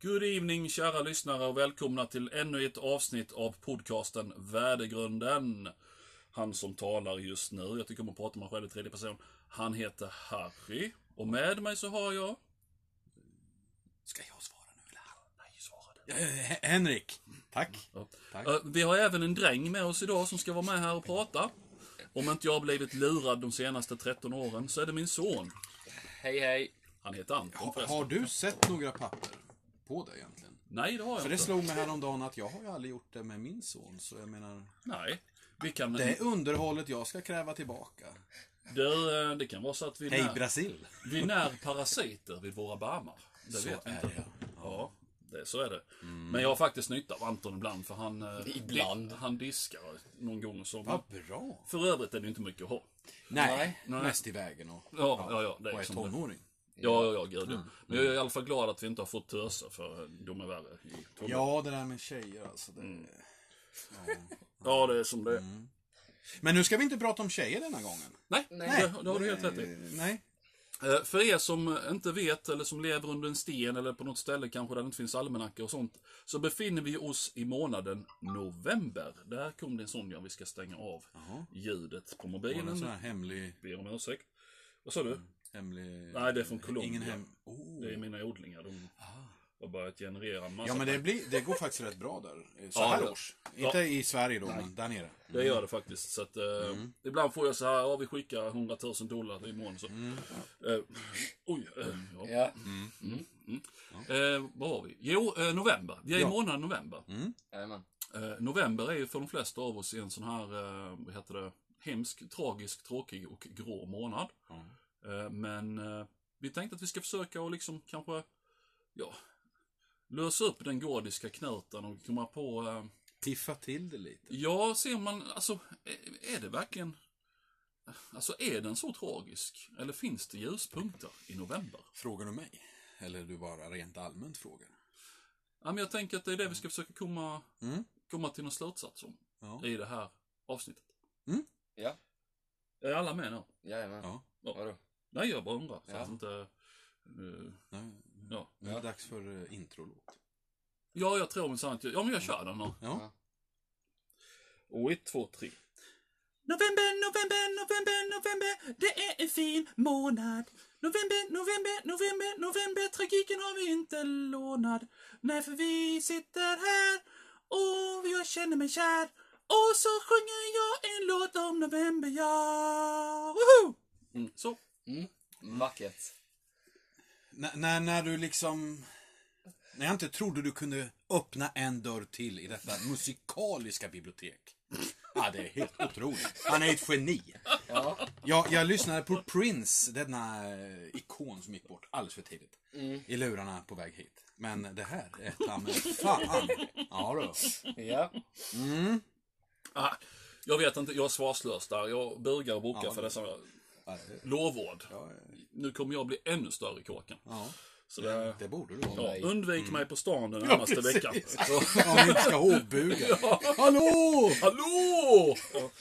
Good evening kära lyssnare och välkomna till ännu ett avsnitt av podcasten Värdegrunden. Han som talar just nu, jag tycker man pratar med själv i tredje person. Han heter Harry och med mig så har jag... Ska jag svara nu eller han? Nej, svara det. Henrik. Tack. Ja. Tack. Vi har även en dräng med oss idag som ska vara med här och prata. Om inte jag har blivit lurad de senaste 13 åren så är det min son. Hej hej. Han heter Anton förresten. Har du sett några papper på det egentligen? Nej, det har jag För det inte. slog mig häromdagen att jag har ju aldrig gjort det med min son. Så jag menar, Nej, vi kan... det är underhållet jag ska kräva tillbaka. Det kan vara så att vi Hej Brasil. vi när parasiter vid våra barmar. Det Så vet vi är inte. det. Ja, så är det. Men jag har faktiskt nytta av Anton ibland för han... Ibland. Han diskar någon gång så. Vad bra. För övrigt är det inte mycket att ha. Nej, Nej. mest i vägen och Ja, det är och är som tonåring. Ja, gud. Men jag är i alla fall glad att vi inte har fått töser för de är värre i tonåren. Ja, det där med tjejer alltså. Det... Ja, det är som det är. Men nu ska vi inte prata om tjejer denna gången. Nej, det har du helt rätt i. Nej. För er som inte vet eller som lever under en sten eller på något ställe kanske där det inte finns almanackor och sånt, så befinner vi oss i månaden november. Där kom det en sån vi ska stänga av ljudet på En mobilen. sån här hemlig... Ber om ursäkt. Vad sa du? hemlig... Nej, det är från Colombia. Ingen Det är mina odlingar. De har börjat generera en massa. Ja, men det går faktiskt rätt bra där. Så Ja, här det- års. Inte i Sverige då, men där nere. Det gör det faktiskt. Så att, ibland får jag så här, vi skickar $100,000 i mån. Så. Ja. Ja. Vad har vi? Jo, november. Vi är i månaden november. Jajamän. November är ju för de flesta av oss en sån här, vad heter det, hemsk, tragisk, tråkig och grå månad. Men vi tänkte att vi ska försöka och liksom kanske, lösa upp den gordiska knuten och komma på... Piffa till det lite. Ja, ser man, alltså, är det verkligen... Alltså, är den så tragisk? Eller finns det ljuspunkter i november? Frågar du mig? Eller du bara rent allmänt frågar? Ja, men jag tänker att det är det vi ska försöka komma till någon slutsats om i det här avsnittet. Ja. Är alla med nu? Jajamän. Ja. Vadå? Nej, jag bara undrar. Så Ja. att inte... Nej. Ja. Nu är det dags för introlåt. Ja, jag tror minsann att men jag kör den nu. Ja. Och 1, 2, 3. November, november, november, november. Det är en fin månad. November, november, november, november. Tragiken har vi inte lånad. Nej, för vi sitter här och jag känner mig kär. Och så sjunger jag en låt om november, ja. Woho! Så. Vackert. När du liksom... När jag inte trodde du kunde öppna en dörr till i detta musikaliska bibliotek. Ja, det är helt otroligt. Han är ett geni. Ja. Jag lyssnade på Prince, denna ikon som gick bort alldeles för tidigt. I lurarna på väg hit. Men det här är fan. Ja då. Ja. Jag vet inte, jag är svarslös där. Jag bugar och bokar för dessa lovord. Nu kommer jag bli ännu större i kåken. Ja. Så det, borde du vara. undvik mig på stan den närmaste veckan. Om vi inte ska hovbuga. Hallå! Hallå!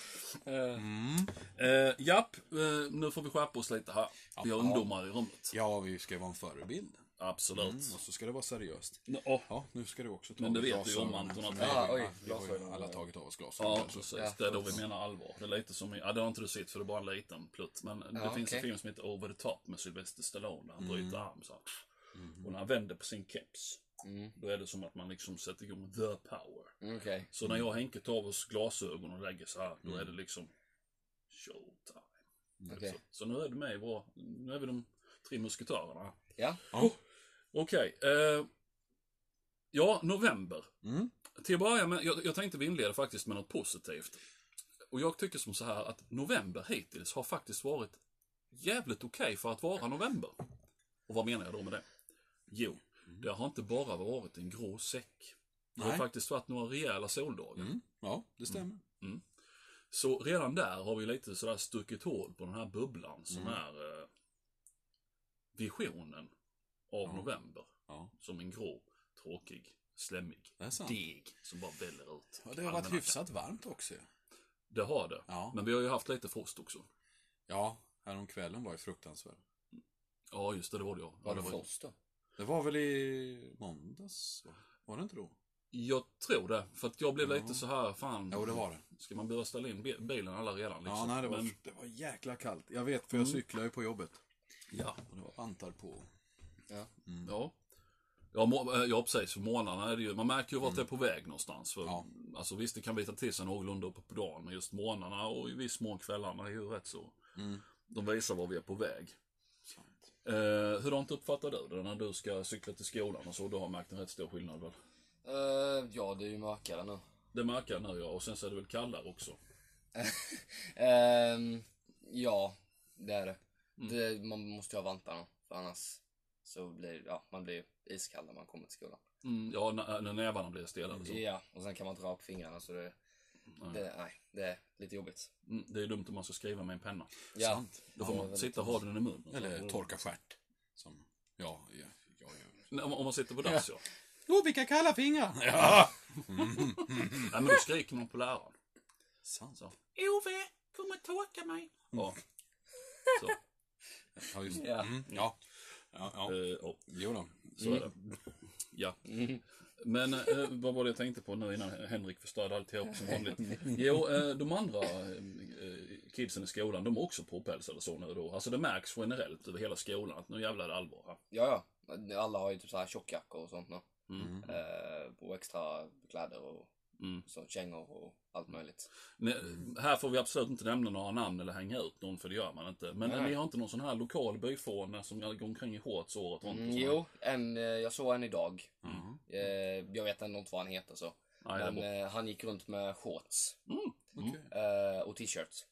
Japp, nu får vi skärpa oss lite här. Vi har ungdomar i rummet. Ja, vi ska vara en förebild. Absolut. Och så ska det vara seriöst. Ja, Ja, nu ska du också ta men det av vet du ju om glasögonen. Anton att Nej, Ja, oj, vi har ju glasögon. alla tagit av oss glasögonen. ja, precis. Det är då vi menar allvar. Det är lite som det har inte du sett för det är bara en liten plutt. Men det finns en okej. film som heter Over the Top med Sylvester Stallone där han bryter arm så här. Och när han vänder på sin keps, då är det som att man liksom sätter igång the power. Okej. Så när jag och Henke tar av oss glasögon och lägger så här, då är det liksom showtime. Okej. Så nu är det med nu är vi de 3 musketörerna. Ja. Okej. November. Till att börja med, jag tänkte vi inleder faktiskt med något positivt. Och jag tycker som så här att november hittills har faktiskt varit jävligt okej för att vara november. Och vad menar jag då med det? Jo, det har inte bara varit en grå säck. Det har faktiskt varit några rejäla soldagar. Ja, det stämmer. Så redan där har vi lite sådär stuckit hål på den här bubblan som är visionen av november. Ja. Som en grå, tråkig, slemmig Det är sant. deg som bara väller ut. Ja, det har varit hyfsat varmt också. Det har det. Ja. Men vi har ju haft lite frost också. Ja, häromkvällen var ju fruktansvärt. Ja, just det, det var det ja. Var det var- frost då? Det var väl i måndags, va? Var det inte då? Jag tror det, för att jag blev lite så här, fan. Jo, det var det. Ska man börja ställa in bilen alla redan liksom? Ja, nej, Men, det var jäkla kallt. Jag vet, för jag cyklar ju på jobbet. ja. Och det var vantar på. Ja. Ja. Ja, precis. För månaderna är det ju, man märker ju vart det är på väg någonstans. För, Ja. alltså visst, det kan vita till sig någorlunda uppe på dagen, men just månaderna och i viss mån kvällarna är ju rätt så. De visar var vi är på väg. Sant. Hur har inte uppfattat du det när du ska cykla till skolan och så? Du har märkt en rätt stor skillnad väl? Ja, det är ju mörkare nu. Det märker jag nu, ja. Och sen så är det väl kallare också. Ja, det är det. Man måste ju ha vantarna, för annars så blir man blir iskall när man kommer till skolan. Ja, när nävarna blir stelade så. Ja, och sen kan man dra på fingrarna så det är lite jobbigt. Det är dumt om man ska skriva med en penna. Ja. Sant. Då får man sitta och ha den i munnen. Eller torka stjärt. Som, ja. Om man sitter på dass, ja. Vilka kalla fingrar! Ja! Nej, men då skriker man på läraren. Sant. Så. Ove, kom och torka mig. Ja. Så. Ja, just det. Ja. Ja. Ja. Jo då. Så är det. Ja. Men vad var det jag tänkte på nu innan Henrik förstörde alltihop som vanligt? Jo, de andra kidsen i skolan, de är också påpälsade så nu då. Alltså det märks generellt över hela skolan att nu jävlar är det allvar här. Ja. Alla har ju typ så här tjockjackor och sånt nu. Och extra kläder och så kängor och allt möjligt. Här får vi absolut inte nämna några namn eller hänga ut någon, för det gör man inte. Men ni har inte någon sån här lokal byfåne som går omkring i shorts året runt? Jo, jag såg en idag. Jag vet ändå inte vad han heter så. Nej, men han gick runt med shorts. Och t-shirts.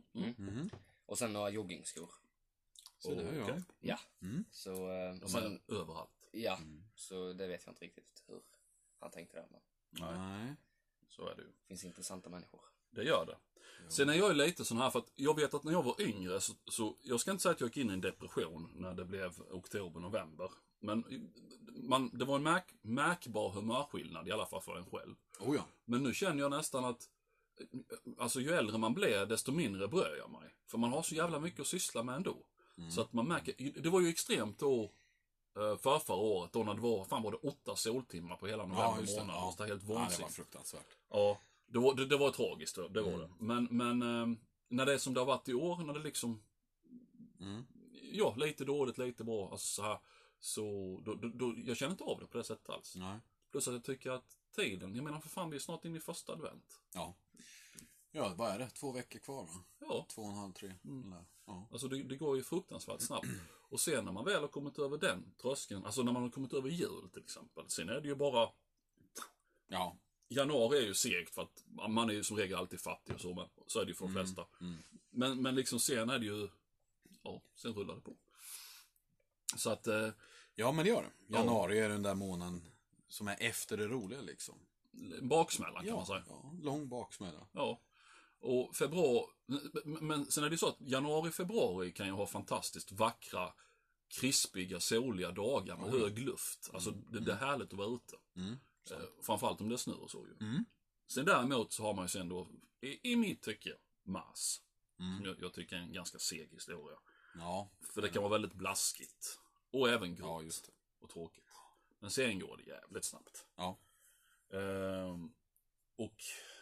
Och sen några joggingskor. Så det är okej. Ja. Så, De är överallt. Ja, så det vet jag inte riktigt hur han tänkte där. Men Nej. Så är det ju. det finns intressanta människor. Det gör det. Sen är jag ju lite sån här, för att jag vet att när jag var yngre så jag ska inte säga att jag gick in i en depression när det blev oktober, november. Men det var en märkbar humörskillnad i alla fall för en själv. Oh ja. Men nu känner jag nästan att alltså ju äldre man blir desto mindre bröd jag mig. För man har så jävla mycket att syssla med ändå. Så att man märker, det var ju extremt då förra året då när det var det 8 soltimmar på hela november månad. Det var helt vansinnigt. Det var fruktansvärt. Ja, det var tragiskt, det var det. Men när det är som det har varit i år, när det liksom ja, lite dåligt, lite bra, alltså så här, så då jag känner inte av det på det sättet alls. Nej. Plus att jag tycker att tiden, jag menar för fan, vi är snart inne i första advent. Ja. Ja, vad är det? 2 veckor kvar va? Ja. 2,5, 3. Ja. Alltså det går ju fruktansvärt snabbt. Och sen när man väl har kommit över den tröskeln, alltså när man har kommit över jul till exempel, sen är det ju bara... Ja. Januari är ju segt för att man är ju som regel alltid fattig och så, men så är det ju för de flesta. Men liksom sen är det ju, ja, sen rullar det på. Så att... Ja, men det gör det. Januari är den där månaden som är efter det roliga liksom. Baksmällan kan man säga. Ja, lång baksmälla. Ja. Och februari, men sen är det så att januari, februari kan ju ha fantastiskt vackra, krispiga, soliga dagar med hög luft. Alltså det är härligt att vara ute. Framförallt om det är snö och så ju. Sen däremot så har man ju sen då, i mitt tycke, mars. Som jag tycker är en ganska seg historia. Ja. För det kan vara väldigt blaskigt. Och även grått. Ja, just det. Och tråkigt. Men sen går det jävligt snabbt. Ja. Och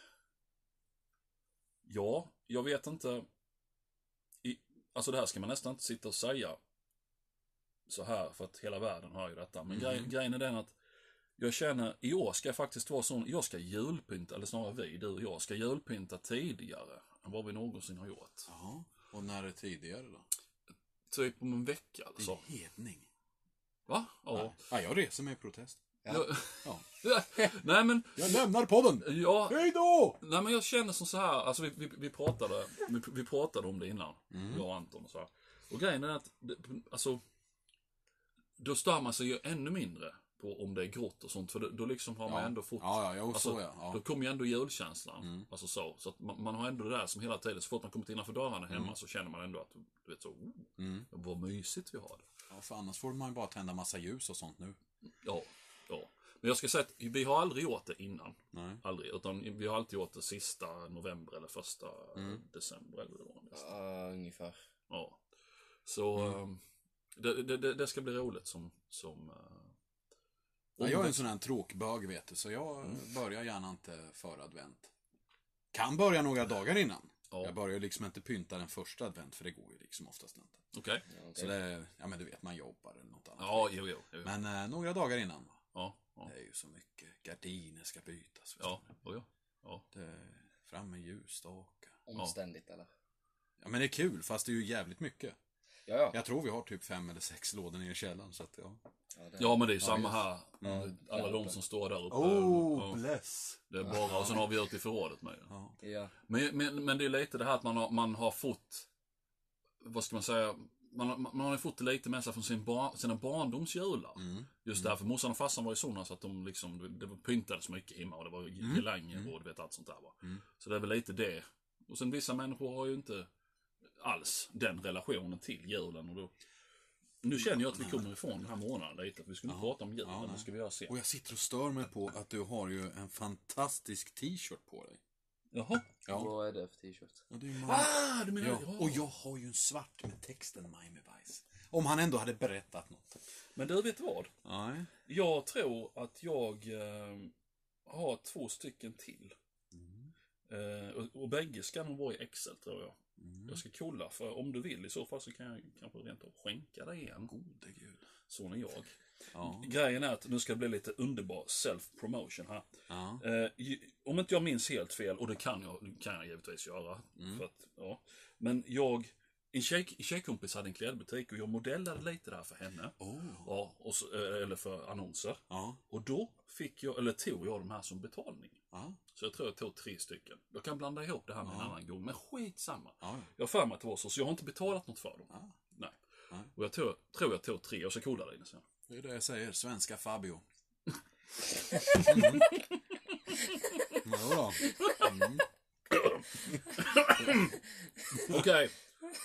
ja, jag vet inte. Alltså det här ska man nästan inte sitta och säga så här, för att hela världen har ju detta. Men grejen är den att jag känner, i år ska jag faktiskt vara sån, jag ska julpynta, eller snarare du och jag ska julpynta tidigare än vad vi någonsin har gjort. Ja. Och när är tidigare då? Typ om en vecka alltså. Hedning. Va? Ja. Ja, jag reser mig i protest. Ja. Ja. Nej men... Jag lämnar podden! Ja. Hej då! Nej men jag känner som så här, alltså vi pratade om det innan, jag och Anton och så här. Och grejen är att, alltså, då stör man sig ju ännu mindre på om det är grått och sånt, för då liksom har man ändå fått, då kommer ju ändå julkänslan, alltså så att man har ändå det där som hela tiden, så fort man kommit innanför dörrarna hemma så känner man ändå att, du vet så, vad mysigt vi har det. Ja, för annars får man bara tända massa ljus och sånt nu. Ja. Men jag ska säga att vi har aldrig gjort det innan. Nej. Aldrig, utan vi har alltid gjort det sista november eller första december eller vad det var. Ungefär. Ja. Så Det ska bli roligt som Ja, jag är en sån här tråkbög, vet du, så jag börjar gärna inte före advent. Kan börja några dagar innan. Ja. Jag börjar liksom inte pynta den första advent, för det går ju liksom oftast inte. Okej. Så det, ja men du vet, man jobbar eller något annat. Ja, jo. Men några dagar innan. Ja. Det är ju så mycket. Gardiner ska bytas. Ja. Fram med ljusstakar. Omständigt eller? Ja men det är kul, fast det är ju jävligt mycket. Ja. Jag tror vi har typ 5 eller 6 lådor nere i källaren, så att ja. Ja, men det är samma här. Alla de som står där uppe. Bless. Det är bara, och sen har vi ute i förrådet med. Ja. Men det är lite det här att man har fått, vad ska man säga, man har ju fått det lite med sig från sina barndomsjular. Just därför morsan och farsan var ju såna, så att de liksom, det pyntades mycket hemma och det var girlanger och du vet allt sånt där va. Så det är väl lite det. Och sen vissa människor har ju inte alls den relationen till julen, och då nu känner jag att vi kommer ifrån den här månaden lite, att vi skulle prata om julen, det ska vi göra sen. Och jag sitter och stör mig på att du har ju en fantastisk t-shirt på dig. Jaha. Ja. Vad är det för t-shirt? Ja, det är Du menar ja. Och jag har ju en svart med texten Miami Vice. Om han ändå hade berättat något. Men du, vet vad? Nej. Jag tror att jag har 2 stycken till. Och bägge ska nog vara i Excel, tror jag. Jag ska kolla, för om du vill i så fall så kan jag kanske rent av skänka dig en. Gode gud. Så är jag. Ja. Grejen är att nu ska det bli lite underbar self-promotion här. Ja. Om inte jag minns helt fel, och det kan jag givetvis göra. För att, ja. Men en tjejkompis hade en klädbutik och jag modellade lite där för henne. Ja, och så, eller för annonser. Ja. Och då tog jag de här som betalning. Ja. Så jag tror jag tog 3 stycken. Jag kan blanda ihop det här med en annan gång, men skitsamma. Ja. Jag har för mig att det var så jag har inte betalat något för dem. Ja. Nej. Ja. Och jag tror jag tog 3, och så kollade jag det sen. Det är det jag säger, svenska Fabio. Ja. Okej.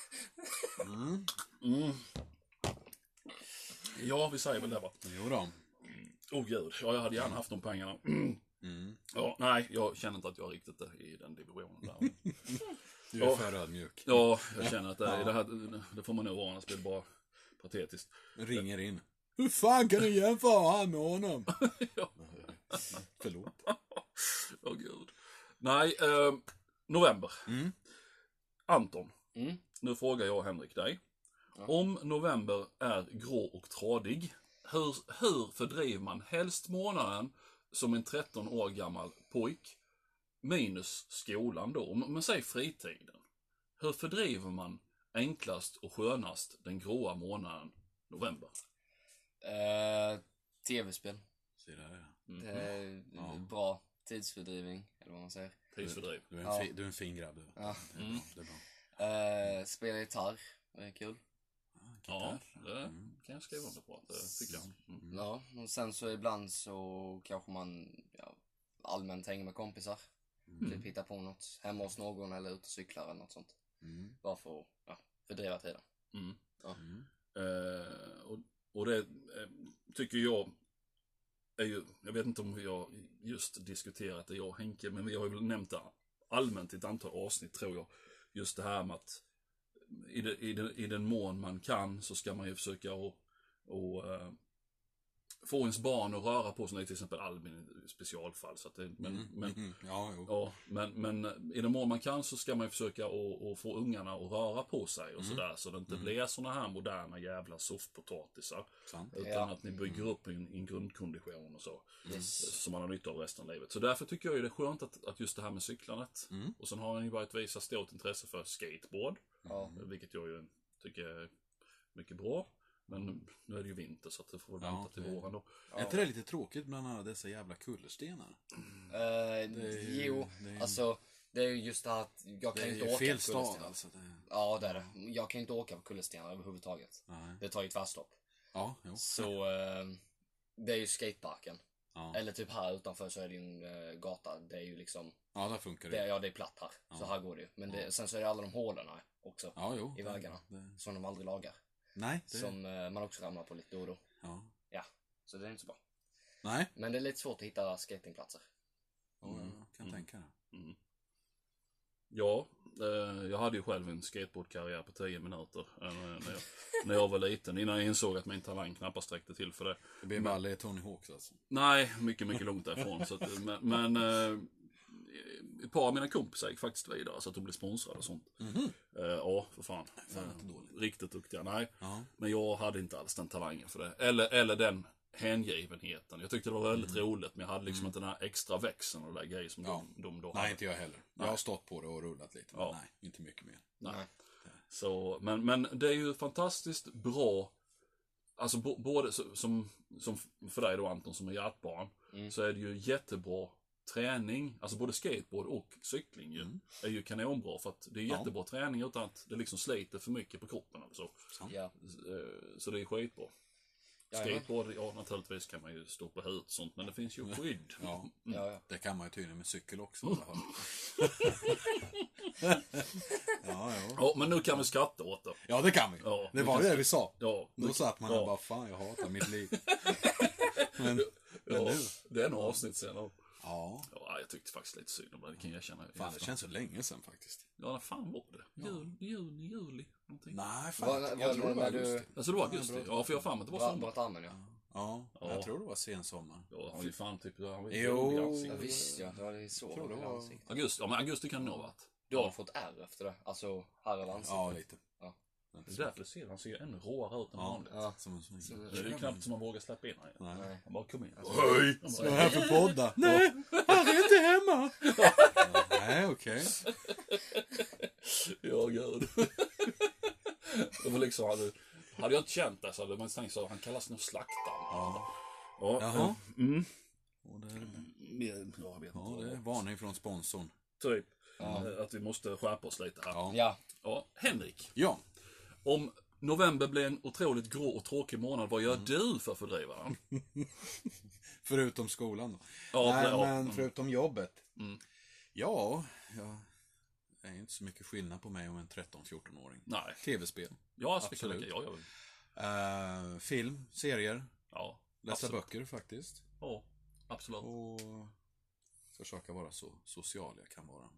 Ja, vi säger väl det va. Jo då. Gud, ja, jag hade gärna haft de pengarna. Ja, nej, jag känner inte att jag riktigt är i den divisionen där. Du är för ödmjuk. Ja, jag känner att det får man nog vara, annars blir det bara patetiskt. Ringer in. Hur fan kan du jämföra med honom? Ja. Förlåt. Gud. Nej, november. Anton, nu frågar jag Henrik dig. Om november är grå och tradig, hur fördriver man helst månaden som en 13 år gammal pojk, minus skolan då, men säg fritiden? Hur fördriver man enklast och skönast den gråa månaden november? TV-spel. Se där, Det är bra tidsfördrivning, eller vad man säger. Tidsfördriv. Du är en fin grabb du. Ja. Det är bra. Spela gitarr, det är kul. Ja, det kan jag skriva under på, det tycker jag. Ja, och sen så ibland så kanske man allmänt hänger med kompisar. Typ hitta på något hemma hos någon eller ut och cyklar eller något sånt. Bara för att fördriva tiden. Ja. Och det tycker jag är ju, jag vet inte om vi har just diskuterat det jag och Henke, men vi har ju nämnt det allmänt i ett antal avsnitt, tror jag. Just det här med att i den mån man kan så ska man ju försöka och få ens barn att röra på sig, till exempel Albin i specialfall, så att det, men i den mån man kan så ska man ju försöka att få ungarna att röra på sig och sådär, så det inte blir såna här moderna jävla soffpotatisar, utan att ni bygger upp en grundkondition och så, som man har nytta av resten av livet. Så därför tycker jag ju det är skönt att just det här med cyklandet, och sen har han ju börjat visa stort intresse för skateboard, vilket jag ju tycker är mycket bra. Men nu är det ju vinter, så att det får vänta till våren då. Är inte det lite tråkigt bland alla dessa jävla kullerstenar? Alltså det är ju just det här att jag kan inte åka fel på stad kullerstenar. alltså. Ja, det är det. Jag kan inte åka på kullerstenar överhuvudtaget. Nej. Det tar ju tvärstopp. Ja, jo. Så det är ju skateparken. Ja. Eller typ här utanför så är det ju en gata. Det är ju liksom... Ja, där funkar det. Ja, det är platt här. Så här går det ju. Men sen så är det alla de hålorna också. Ja, i vägarna. Som de aldrig lagar. Nej. Som man också ramlar på lite då och då. Ja. Så det är inte så bra. Nej. Men det är lite svårt att hitta skatingplatser. Ja, jag kan tänka det. Ja, Jag hade ju själv en skateboardkarriär på 10 minuter när jag var liten. Innan jag insåg att min talang knappast räckte till för det. Det blev aldrig Tony Hawks alltså. Nej, mycket, mycket långt därifrån. Så att, men ett par av mina kompisar gick faktiskt vidare så att de blev sponsrade och sånt. Ja, för fan. Riktigt duktiga, nej. Men jag hade inte alls den talangen för det. Eller den hängivenheten. Jag tyckte det var väldigt roligt, men jag hade liksom inte den här extra växeln och det där grejer som de då hade. Nej, inte jag heller. Jag har stått på det och rullat lite. Men nej, inte mycket mer. Nej. Så, men det är ju fantastiskt bra. Alltså både som för dig då Anton som är hjärtbarn, så är det ju jättebra träning, alltså både skateboard och cykling ju, är ju kanonbra för att det är jättebra träning utan att det liksom sliter för mycket på kroppen eller så. Så det är skitbra. Skateboard, naturligtvis kan man ju stå på huvudet och sånt, men det finns ju skydd. Det kan man ju tydligen med cykel också. Ja, men nu kan vi skratta åt det. Ja, det kan vi. Ja, det var det vi sa. Ja, då satt man och bara, fan jag hatar mitt liv. men nu. Det är en avsnitt sen då. Ja, jag tyckte faktiskt lite synd om det, kan jag känna. Fan, det känns så länge sen faktiskt. Ja, när fan var det? Juli, någonting. Nej, fan. Jag tror det var augusti. Alltså det var augusti? Ja, för jag har fan att det var sommar. Brötarmen, Ja, jag tror det var sensommar. Ja, han är fan typ... Jo. Ja, visst, ja. Det var så. Tror det var augusti. Ja, men augusti kan det nog ha varit. Du har fått ärr efter det. Alltså, här eller ansiktet. Ja, lite. Ja. Det är därför han ser ännu råare ut än vanligt. Ja. Det är ju knappt som man vågar släppa in här. Nej. Han bara kom in. Hej! Ska jag här för podda? Nej, han är inte hemma. Nej, okej. Ja, gud. Det var liksom, hade jag inte känt det så hade man tänkt så, han kallas nog slaktaren. Jaha. Och det är varning från sponsorn. Typ. Att vi måste skärpa oss lite här. Ja. Henrik. Ja. Om november blir en otroligt grå och tråkig månad, vad gör du för att fördriva den? Förutom skolan då. Men förutom jobbet. Ja, det är inte så mycket skillnad på mig och en 13-14-åring. Nej. TV-spel. Ja, absolut. Ja. Film, serier. Ja. Läsa böcker faktiskt. Ja, absolut. Och försöka vara så social jag kan vara.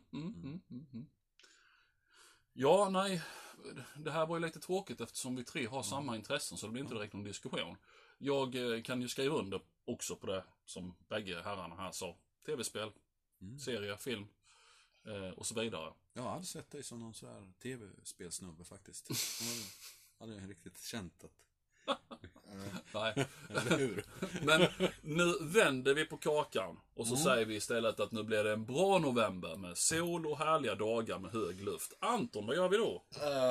Ja, nej. Det här var ju lite tråkigt eftersom vi tre har samma intressen så det blir inte direkt någon diskussion. Jag kan ju skriva under också på det som bägge herrarna här sa. TV-spel, serier, film och så vidare. Jag hade sett dig som någon så här TV-spelsnubbe faktiskt. Jag hade riktigt känt att... Nej. Men nu vänder vi på kakan och så säger vi istället att nu blir det en bra november med sol och härliga dagar med hög luft. Anton, vad gör vi då?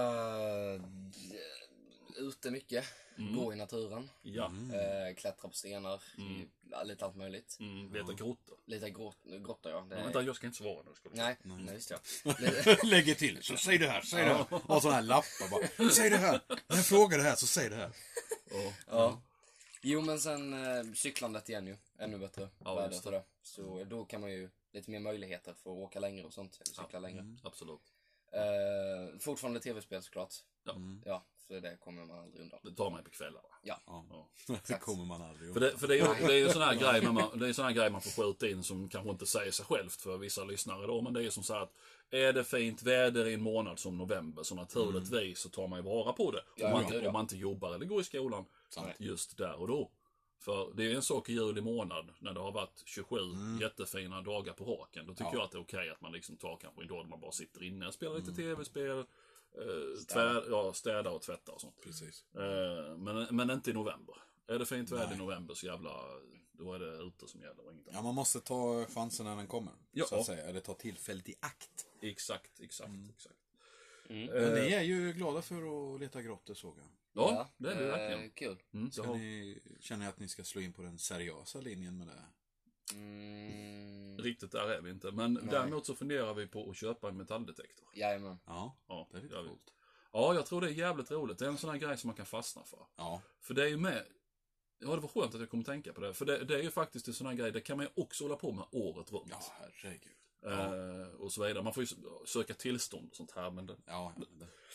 Ute mycket. Gå i naturen. Ja. Klättra på stenar. Lite allt möjligt. Leta grottor. Lite grottor, ja. Vänta, jag ska inte svara nu. Nej, visst ja. Lägger till. Så säg det här, säg det här. Och sådana här lappar bara. Säg det här. När jag frågar det här så säg det här. Ja. Jo, men sen cyklandet igen ju. Ännu bättre väder för det. Så då kan man ju lite mer möjligheter för att åka längre och sånt. Eller cykla längre. Absolut. Fortfarande tv-spel såklart. Ja. Ja, för det kommer man aldrig undan. Det tar mig på kvällarna. Ja. Det kommer man aldrig undan. För det är ju sån här grej det är sån här grej man får skjuta in som kanske inte säger sig självt för vissa lyssnare då, men det är som så här att är det fint väder i en månad som november så naturligtvis så tar man ju vara på det. Om man inte jobbar eller går i skolan just där och då. För det är en sak i juli månad när det har varit 27 jättefina dagar på raken. Då tycker jag att det är okej att man liksom tar kanske en dag där man bara sitter inne och spelar lite tv-spel. Städa och tvätta och sånt. Precis. Men inte i november. Är det fint väder i november så då är det ute som gäller och inget annat. Ja, man måste ta chansen när den kommer. Så att säga. Eller ta tillfället i akt. Exakt. Men ni är ju glada för att leta grottor, såg jag. Ja, det är det verkligen. Kul. Känner ni att ni ska slå in på den seriösa linjen med det? Riktigt där är vi inte. Men däremot så funderar vi på att köpa en metalldetektor. Jajamän. Ja, det är lite coolt. Ja, jag tror det är jävligt roligt. Det är en sån här grej som man kan fastna för. Ja. För det är ju med... Ja, det var skönt att jag kom att tänka på det. För det är ju faktiskt en sån här grej. Det kan man ju också hålla på med året runt. Ja, herregud. Och så vidare. Man får ju söka tillstånd och sånt här. Men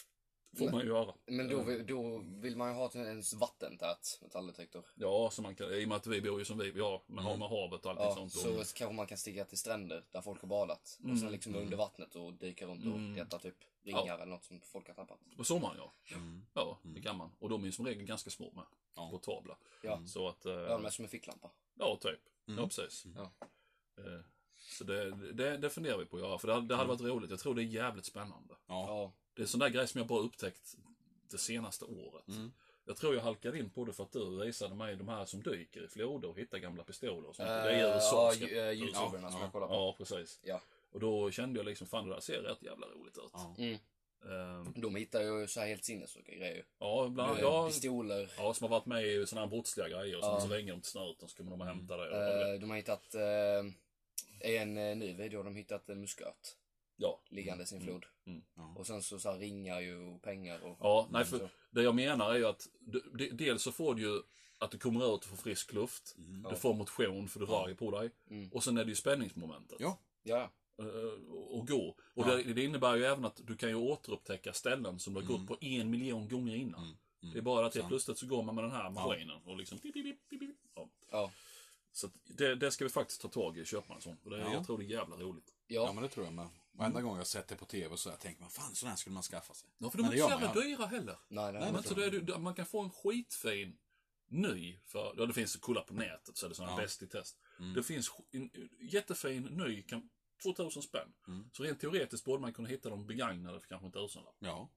Får man ju göra. Men då vill man ju ha en vattentät metalldetektor. Ja, så man kan, i och med att vi bor ju som vi har med havet och allt sånt. Så kanske man kan stiga till stränder där folk har badat. Och sen liksom under vattnet och dyka runt och leta typ ringar eller något som folk har tappat. På sommaren, ja, det kan man. Och de är ju som regel ganska små med. Portabla. Ja. Så att... Ja, men som en ficklampa. Ja, typ. Ja, precis. Så det funderar vi på att göra. För det hade varit roligt. Jag tror det är jävligt spännande. Ja. Det är en sån där grej som jag bara upptäckt det senaste året. Jag tror jag halkade in på det för att du visade mig de här som dyker i floder och hittar gamla pistoler och sånt. Det är USA. YouTuberna som jag kollar på. Ja, precis. Ja. Och då kände jag liksom, fan det där ser rätt jävla roligt ut. De hittar ju så här helt sinnessjuka grejer. Ja, ibland, pistoler. Ja, som har varit med i såna här brottsliga grejer och sen så ringer de till snuten så kommer de och hämta det. De har hittat i en ny video, de hittat en musköt. Ja. Liggande i sin flod. Och sen så här ringar ju och pengar och... Ja, nej för det jag menar är ju att dels så får du ju att du kommer ut och får frisk luft. Du får motion för du rör ju på dig. Och sen är det ju spänningsmomentet. Ja. Och gå. Och det innebär ju även att du kan ju återupptäcka ställen som du har gått på 1 miljon gånger innan. Det är bara att helt plötsligt så går man med den här maskinen och liksom pip, pip, pip, pip. Ja. Så att det ska vi faktiskt ta tag i och köpa en sån. För jag tror det är jävla roligt. Ja, men det tror jag med. Varenda gång jag sett det på tv så jag tänker man, fan sån här skulle man skaffa sig. Ja, för de är inte så jävla dyra heller. Nej, men så man kan få en skitfin ny för, det finns att kolla på nätet så är det sådana bäst i test. Det finns en jättefin ny 2000 spänn. Så rent teoretiskt borde man kunna hitta dem begagnade för kanske en tusenlapp. Ja.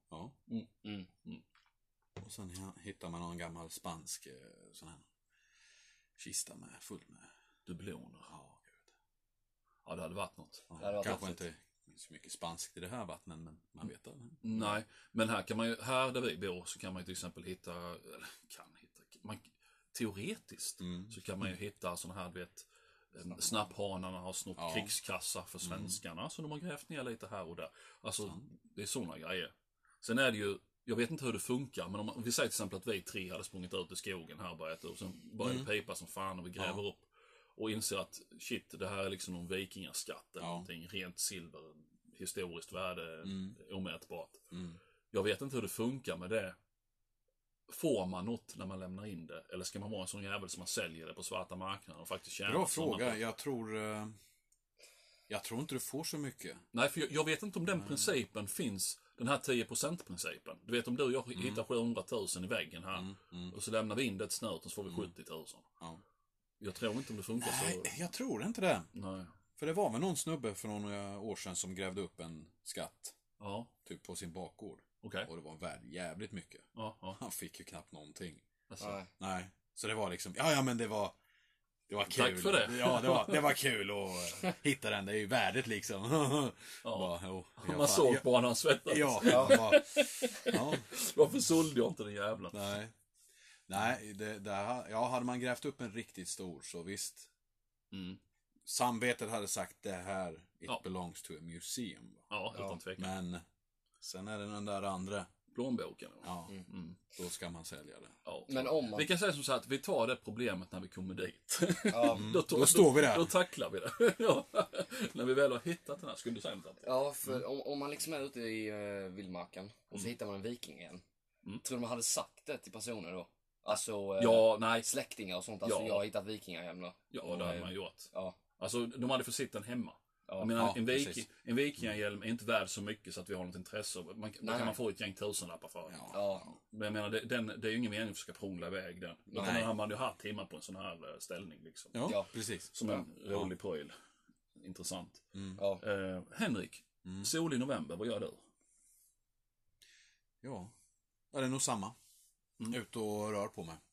Och sen hittar man någon gammal spansk sån här kista med full med dubloner. Ja, gud. Ja, det hade varit något. Ja, kanske inte så mycket spanskt i det här vattnet, men man vet det. Nej, men här kan man ju, här där vi bor så kan man ju till exempel hitta, teoretiskt så kan man ju hitta såna här, du vet, snapphanarna har snott krigskassa för svenskarna så de har grävt ner lite här och där. Alltså, det är såna grejer. Sen är det ju, jag vet inte hur det funkar, men om vi säger till exempel att vi 3 hade sprungit ut i skogen här och sen börjar det pipa som fan och vi gräver upp och inser att shit, det här är liksom någon vikingaskatt eller någonting, rent silver, historiskt värde, omätbart. Jag vet inte hur det funkar med det. Får man något när man lämnar in det? Eller ska man vara en sån jävel som man säljer det på svarta marknaden och faktiskt tjänar? Bra fråga, jag tror inte du får så mycket. Nej, för jag vet inte om den principen finns, den här 10%-principen. Du vet om du och jag hittar 700 000 i väggen här och så lämnar vi in det ett snöt och så får vi 70 000. Ja. Jag tror inte om det funkar så. Nej, jag tror inte det. Nej. För det var väl någon snubbe för några år sedan som grävde upp en skatt. Ja. Typ på sin bakgård. Okay. Och det var värd jävligt mycket. Ja. Han fick ju knappt någonting. Alltså. Nej. Så det var liksom, men det var kul. Tack för det. Ja, det var kul att hitta den. Det är ju värdet liksom. Man såg på han svettades. Varför sålde jag inte den jävla? Nej, hade man grävt upp en riktigt stor så visst. Samvetet hade sagt det här it belongs to a museum. Ja, utan tvekan. Men sen är det den där andra plånboken. Då ska man sälja det. Ja, men om man... Vi kan säga som så att vi tar det problemet när vi kommer dit. Då står vi där. Då tacklar vi det. När vi väl har hittat den här, skulle du säga något? Ja, för om man liksom är ute i vildmarken och så hittar man en viking igen. Tror du man hade sagt det till personer då? Alltså släktingar och sånt. Alltså jag har hittat vikingahjälmar. Ja, det hade man gjort. Ja. Alltså de hade fått sitta den hemma. Jag menar, en vikingahjälm är inte värd så mycket så att vi har något intresse. Då kan man få ett gäng tusenlappar för. Men jag menar, det är ju ingen mening att försöka prångla iväg den. Då har man ju haft timmar på en sån här ställning liksom. Ja, precis. Som en rolig pryl. Intressant. Henrik, sol i november, vad gör du? Ja, det är nog samma. Ut och rör på mig.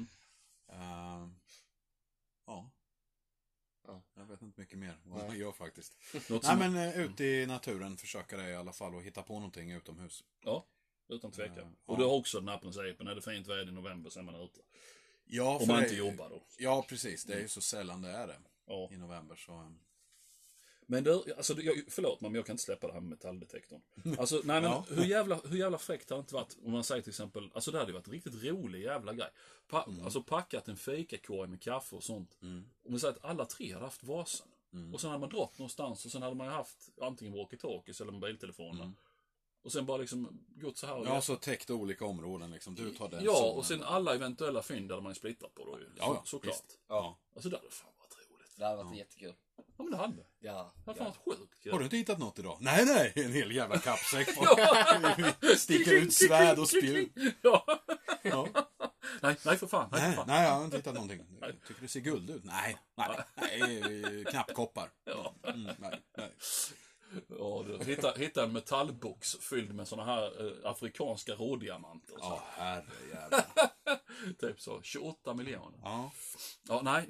Jag vet inte mycket mer vad man gör faktiskt. Men ute i naturen försöka det i alla fall och hitta på någonting utomhus. Ja, utan tvekan. Och du har också den här principen, är det fint väder i november så är man ute. Ja, om man inte jobbar då. Ja, precis. Det är ju så sällan det är det i november så... Men du, alltså, förlåt men jag kan inte släppa det här med metalldetektorn. Alltså, nej men hur jävla fräckt har det inte varit om man säger till exempel, alltså det hade varit en riktigt rolig jävla grej. Alltså packat en fikakorg med kaffe och sånt. Om vi säger att alla 3 hade haft varsin. Och sen hade man drott någonstans och sen hade man haft antingen walkie-talkies eller mobiltelefoner. Och sen bara liksom gått så här. Ja, så täckt olika områden liksom. Du tar den Ja, zonen. Och sen alla eventuella fynd där man är splittat på då ju. Ja, såklart. visst. Ja. Alltså det hade fan varit roligt. Det hade varit jättekul. Ja, men det hade. Ja. Det hade fan varit sjukt kul. Har du inte hittat något idag? Nej, en hel jävla kappsäck. Sticker ut svärd och spjut. Ja. Ja. Nej, för fan. Nej, jag har inte hittat någonting. Tycker det ser guld ut? Nej, knappkoppar. Ja. Nej. Ja, du hitta en metallbox fylld med såna här afrikanska rådiamanter. Ja, herrejävlar. Typ så, 28 miljoner. Ja. Ja, nej.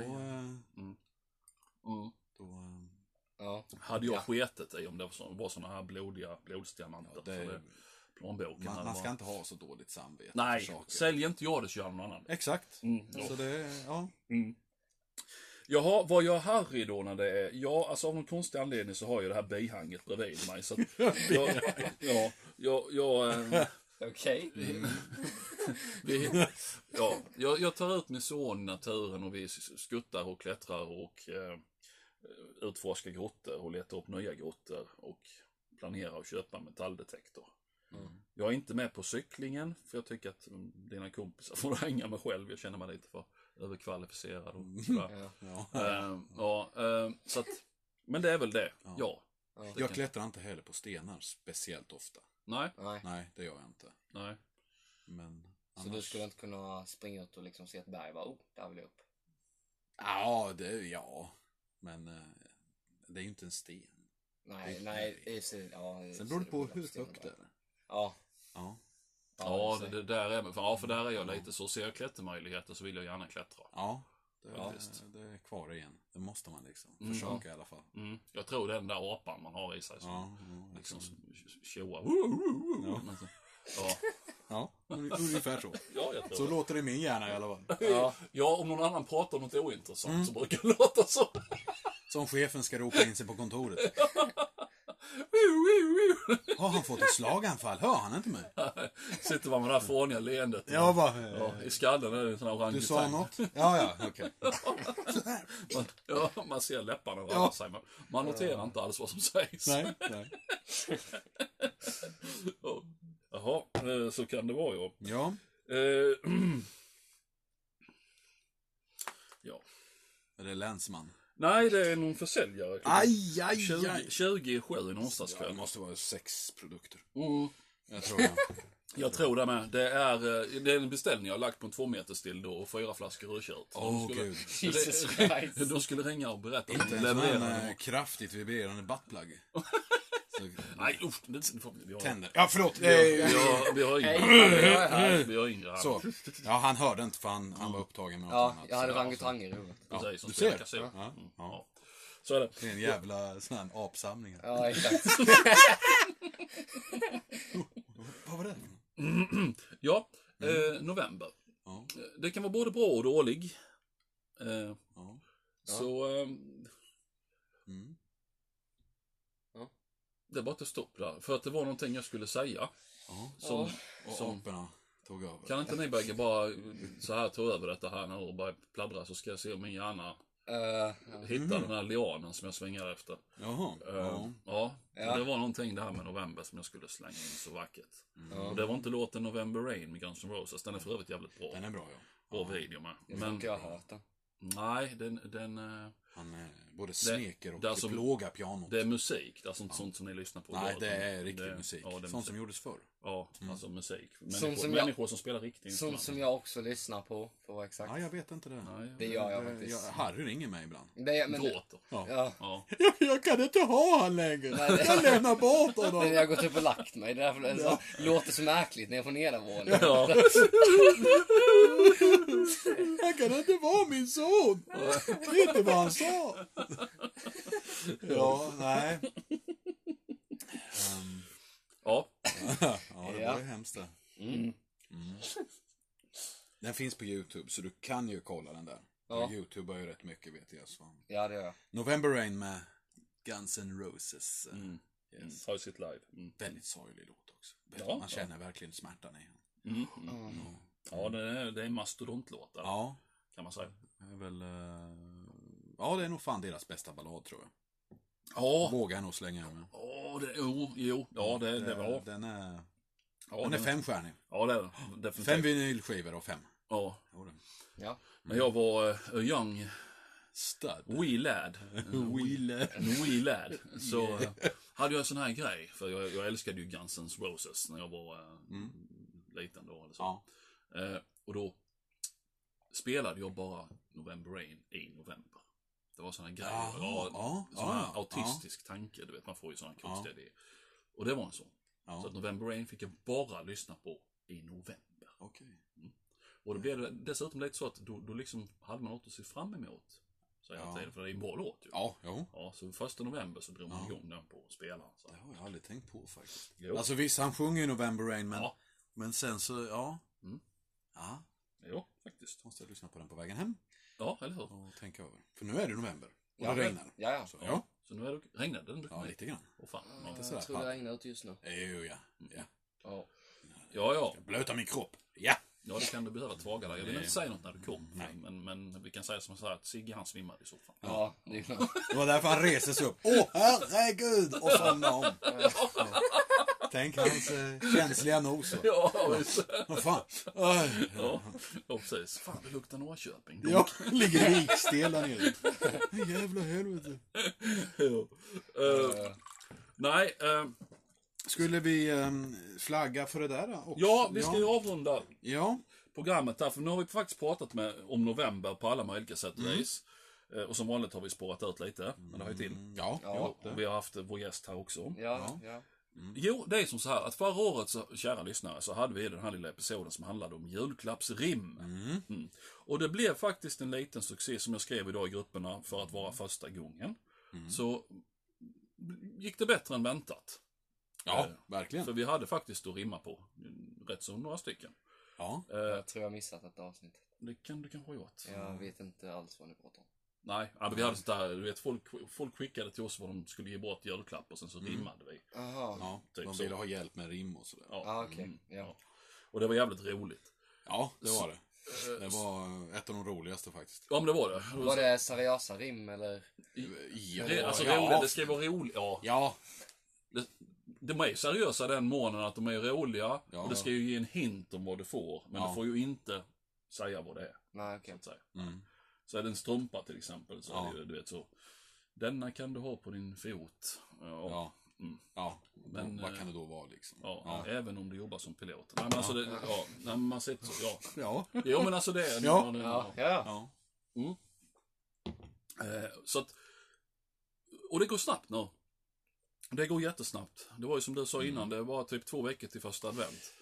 Ja. Hade jag sketet i om det var såna här blodsdiamanter. Ja, det- för plånboken. Man ska inte ha så dåligt samvete. Nej, för saker. sälj inte jag det så gör någon annan. Exakt. Ja. Så det, ja. Jaha, vad gör Harry då när det är... Ja, alltså av någon konstig anledning så har jag det här bihanget bredvid mig. Så att Okej. jag tar ut min son i naturen och vi skuttar och klättrar och utforskar grottor och letar upp nya grottor och planerar att köpa en metalldetektor. Jag är inte med på cyklingen för jag tycker att dina kompisar får hänga mig själv. Jag känner mig lite för överkvalificerad och sådär. Så att, men det är väl det. Ja. Jag klättrar inte heller på stenar speciellt ofta. Nej. Nej, det gör jag inte. Nej. Men Så annars... du skulle inte kunna springa ut och liksom se ett berg och bara, där vill jag upp. Ja. Men det är ju inte en sten. Nej. Sen beror det på hur högt det är. Ja. Ja, det där är... För där är jag lite så. Ser jag klättermöjligheter så vill jag gärna klättra. Ja, det är kvar igen. Det måste man liksom försöka i alla fall. Jag tror det är den där apan man har i sig som liksom tjoar. Ja, ungefär så. Ja, jag tror Så det. låter det i min hjärna i alla fall. Ja, om någon annan pratar om något ointressant så brukar det låta så. Som chefen ska ropa in sig på kontoret. Har han fått ett slaganfall? Hör han inte mig? Sitter man med det här fåniga leendet. I skallen är det en sån här orangutang. Du sa något? Ja, okej. Man ser läpparna röra sig. Man noterar inte alls vad som sägs. Nej. Jaha, så kan det vara Ja. Ja. Är det länsman? Nej, det är någon försäljare. Aj. 27 i någonstans kväll. Det måste vara 6 produkter. Jag tror Jag tror det med. Det är en beställning jag har lagt på en 2 meters dildo och 4 flaskor rödkött. Gud. Jesus Christ. De skulle ringa och berätta. Inte en sån kraftigt vibrerande buttplug. Nej, usch. Det får vi ha. Tänder. Ja, förlåt. Vi har inga. Vi har inga. Så. Ja, han hörde inte för han var upptagen med något Ja, annat. jag hade orangutanger i huvudet. Precis, som du spelar ser. kasino. Ja. Så är det. Det är en jävla sån här apsamling. Ja, exakt. Vad var det? Ja, november. Ja. Det kan vara både bra och dålig. Ja. Så... Det var inte stopp där. För att det var någonting jag skulle säga. Och aporna tog över. Kan inte ni bägge bara så här ta över detta här när och bara pladdra så ska jag se om min hjärna hittar den här lianen som jag svingar efter. Jaha. Ja. Det var någonting det här med november som jag skulle slänga in så vackert. Och det var inte låten November Rain med Guns N' Roses. Den är för övrigt jävligt bra. Den är bra, ja. Bra video med. Jag tror inte jag har hört den. Nej, den Han både smeker och det är som- plågar pianot. det är musik. Det är sånt som ni lyssnar på. Nej, då. det är riktig musik. Ja, det är Sånt musik. som gjordes förr. Ja, alltså musik. som Människor som spelar riktigt Som instrument. jag också lyssnar på, för att vara exakt. Ja, jag vet inte det. Nej, Det gör jag faktiskt. Harry ringer mig ibland. Men gråter. ja. Ja. Jag kan inte ha han längre. Jag lämnar bort Men honom. jag har gått upp och lagt mig. Det är därför det så, låter så märkligt när jag får nedervåningen. Ja. Han kan inte vara min son. Vet du vad han sa? Ja, nej. Ja. Ja, det var ju hemskt det. Den finns på YouTube, så du kan ju kolla den där. Ja. YouTube har ju rätt mycket, vet jag. Så. Ja, det gör jag. November Rain med Guns N' Roses. Yes. Har sitt live. Väldigt sorglig låt också. Ja, Man känner verkligen smärtan i den. Ja, det är en mastodontlåt där, Ja, kan man säga. det är väl... Ja, det är nog fan deras bästa ballad, tror jag. Ja. Vågar jag nog slänga med. Ja, det var. Den är Ja, den är 5-stjärnig. Ja, det är definitivt. 5 vinylskivor och 5. Ja. Ja. När jag var a young Stud. wee lad. Wee lad. Så hade jag en sån här grej. För jag älskade ju Guns N' Roses när jag var liten då. Eller så. Ja. Och då spelade jag bara November Rain i november. Det var såna grejer. Sån här autistisk tanke, du vet. Man får ju såna konstiga idéer. Och det var en sån. Så att November Rain fick jag bara lyssna på i november. Okej. Och då blev det dessutom lite så att då liksom hade man något att se fram emot. Så jag tiden, för det är en bra låt ju. Ja, jo. Ja, så 1 november så drog man igång den på spelaren. Så. Det har jag aldrig tänkt på faktiskt. Jo. Alltså visst, han sjunger ju November Rain, men, Ja. men sen så, ja. Ja, Jo, faktiskt. måste jag lyssna på den på vägen hem Ja, eller hur? och tänka över. För nu är det november. Och Ja, det regnar. Ja. Så, ja. Så nu är det, regnade den mycket Ja, mer? lite grann. Åh fan. Jag sådär. tror det regnar ut just nu. Jo, ja. Ja. Ja. Ska blöta min kropp. Ja. Ja, det kan du behöva tvaga där. Jag vill inte säga något när du kom. Men vi kan säga som så här att Sigge han svimmade i soffan. Ja, det är klart. Det var därför han reser sig upp. Åh, herregud! Och somnade om. Tänk hans känsliga nos. Ja, visst. Vad fan? Ja, precis. Fan, det luktar Norrköping. Ja, ligger rikstel där nere. Jävla helvete. Nej, Skulle vi flagga för det där också? ja, vi ska ju avrunda Ja. programmet här. För nu har vi faktiskt pratat om november på alla möjliga sätt och vis. Och som vanligt har vi spårat ut lite. Men det har ju till. Ja. Ja, och vi har haft vår gäst här också. Ja. Jo, det är som så här att förra året, så, kära lyssnare, så hade vi den här lilla episoden som handlade om julklappsrim. Och det blev faktiskt en liten succé som jag skrev idag i grupperna för att vara första gången. Så gick det bättre än väntat. Ja, verkligen. För vi hade faktiskt att rimma på rätt så några stycken. Ja. Jag tror jag har missat ett avsnitt. Det kan du kanske ha gjort. Jag vet inte alls vad ni pratar om. Nej, vi hade sånt där, du vet, folk skickade till oss vad de skulle ge bort julklapp och sen så rimmade vi. Jaha. Ja, Typ de så. ville ha hjälp med rim och sådär. Ja, okej. Ja. Och det var jävligt roligt. Ja, det var det. Det var ett av de roligaste faktiskt. Ja, men det var det. Var det seriösa rim eller? Alltså ja. roligt, det ska vara roligt. Ja. Ja. De är ju seriösa den månaden att de är roliga. Ja. Och det ska ju ge en hint om vad du får. Men du får ju inte säga vad det är. Nej, Så okej. att säga. Så är det en strumpa till exempel. Så är det ju, du vet så. Denna kan du ha på din fot. Ja. Ja. Men, vad kan det då vara liksom? Ja, även om du jobbar som pilot. Nej, men alltså det, när man sitter så, Ja. Jo, men alltså det är... Ja. Så att... Och det går snabbt nu. Det går jättesnabbt. Det var ju som du sa innan, det var typ 2 veckor till första advent.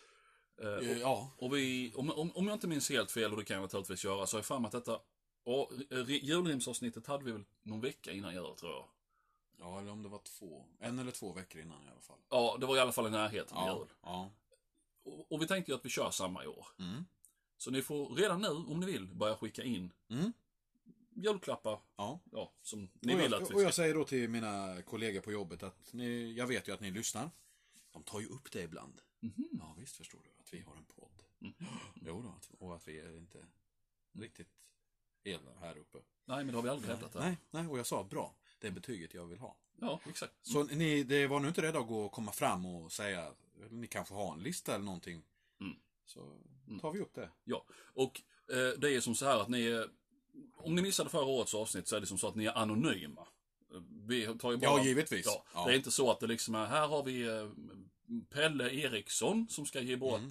Och vi, om jag inte minns helt fel, och det kan jag naturligtvis göra, så har jag fram att detta... Och julrimsavsnittet hade vi väl någon vecka innan jul, tror jag. Ja, eller om det var 1 eller 2 veckor innan i alla fall. Ja, det var i alla fall i närheten av jul. Ja. Och vi tänkte ju att vi kör samma i år. Så ni får redan nu, om ni vill, börja skicka in julklappar. Ja, som ni vill att vi ska. Och jag säger då till mina kollegor på jobbet att jag vet ju att ni lyssnar. De tar ju upp det ibland. Ja, visst förstår du att vi har en podd. Jo då, och att vi är inte riktigt hela här uppe. Nej, men det har vi aldrig hävdat det. Nej, och jag sa bra. Det är betyget jag vill ha. Ja, exakt. Så det var nu inte rädda att gå och komma fram och säga, ni kanske har en lista eller någonting. Så tar vi upp det. Ja, och det är som så här att ni är, om ni missade förra årets avsnitt så är det som så att ni är anonyma. Vi tar ju bara, ja, givetvis. Ja. Det är inte så att det liksom är, här har vi Pelle Eriksson som ska ge bort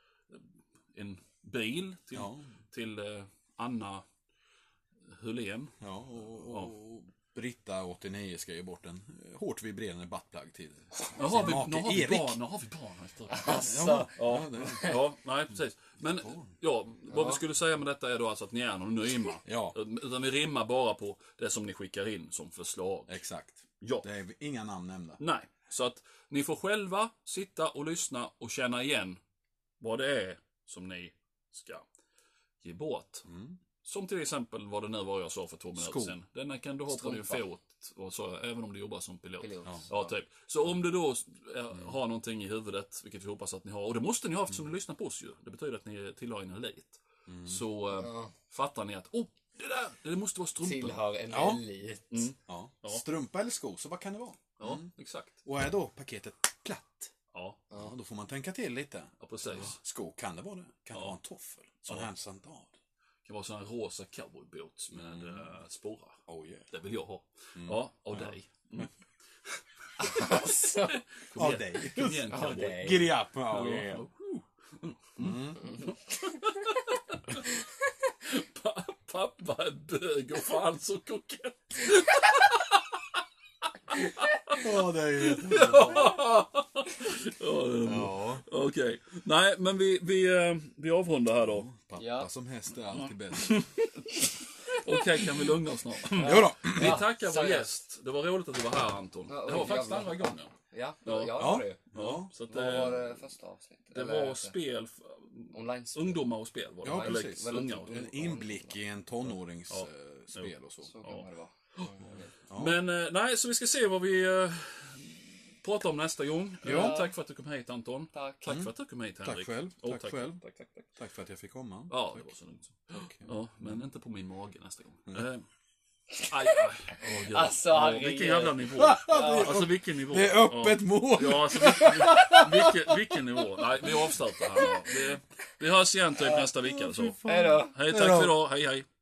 en bil till Anna Hulén. Ja, och Britta 89 ska ge bort en hårt vibrerande buttplug till Nu har vi Erik. barn. Alltså. Nej, precis. Men vad vi skulle säga med detta är då alltså att ni är anonyma. Ja. Utan vi rimmar bara på det som ni skickar in som förslag. Exakt. Ja. Det är inga namn nämnda. Nej, så att ni får själva sitta och lyssna och känna igen vad det är som ni ska ge bort. Som till exempel vad det nu var jag sa för 2 minuter sedan. Denna kan du ha på din fot. Och så, även om du jobbar som pilot. Ja, typ. Så om du då har någonting i huvudet, vilket vi hoppas att ni har. Och det måste ni ha eftersom ni lyssnar på oss ju. Det betyder att ni tillhör en elit. Så fattar ni att det måste vara strumpor. Tillhör en elit. Ja. Strumpa eller sko, så vad kan det vara? Ja, exakt. Och är då paketet platt? Ja, Ja, då får man tänka till lite. ja precis. Sko, kan det vara det? Kan det vara en toffel? Sån här sandal? Det kan vara sån här rosa cowboyboots med sporrar. Oh yeah. Det vill jag ha. Ja, av dig. Mm. Alltså, Av dig. Kom igen, av cowboy. dig. Giddy up. Oh yeah. Pappa är bög och fan så kokett. Ja, det är ju Ja. Okej. Nej, men vi avrundar här då. Pappa Ja. som häst är alltid bäst. Okej, kan vi lugna oss snart? Jo då. Vi tackar vår seriöst. gäst. Det var roligt att du var här, Anton. Ja, Det var faktiskt jävlar. andra gången. Ja, Ja. det var det ju. Ja, så att Vad var det första avsnittet? det Eller var spel, online. ungdomar och spel var det. Ja, Eller precis. unga och spel. En inblick i en tonårings spel och så. Så kan det vara. Men nej, så vi ska se vad vi pratar om nästa gång. Ja. Tack för att du kom hit, Anton. Tack. Tack för att du kom hit, Henrik. Tack själv. Och Tack själv. Tack. Tack för att jag fick komma. Ja, Tack. det var så lugnt. Tack. Ja, men inte på min mage nästa gång. Aj. Åh, Gud. Alltså, Ja, herregud. vilken jävla nivå. Alltså vilken nivå. Det är öppet mål. Ja, alltså vilken nivå. Nej, vi avslutar här. Vi hörs igen typ nästa vecka. Så. Hej då. Hej, tack för idag. Hej, hej.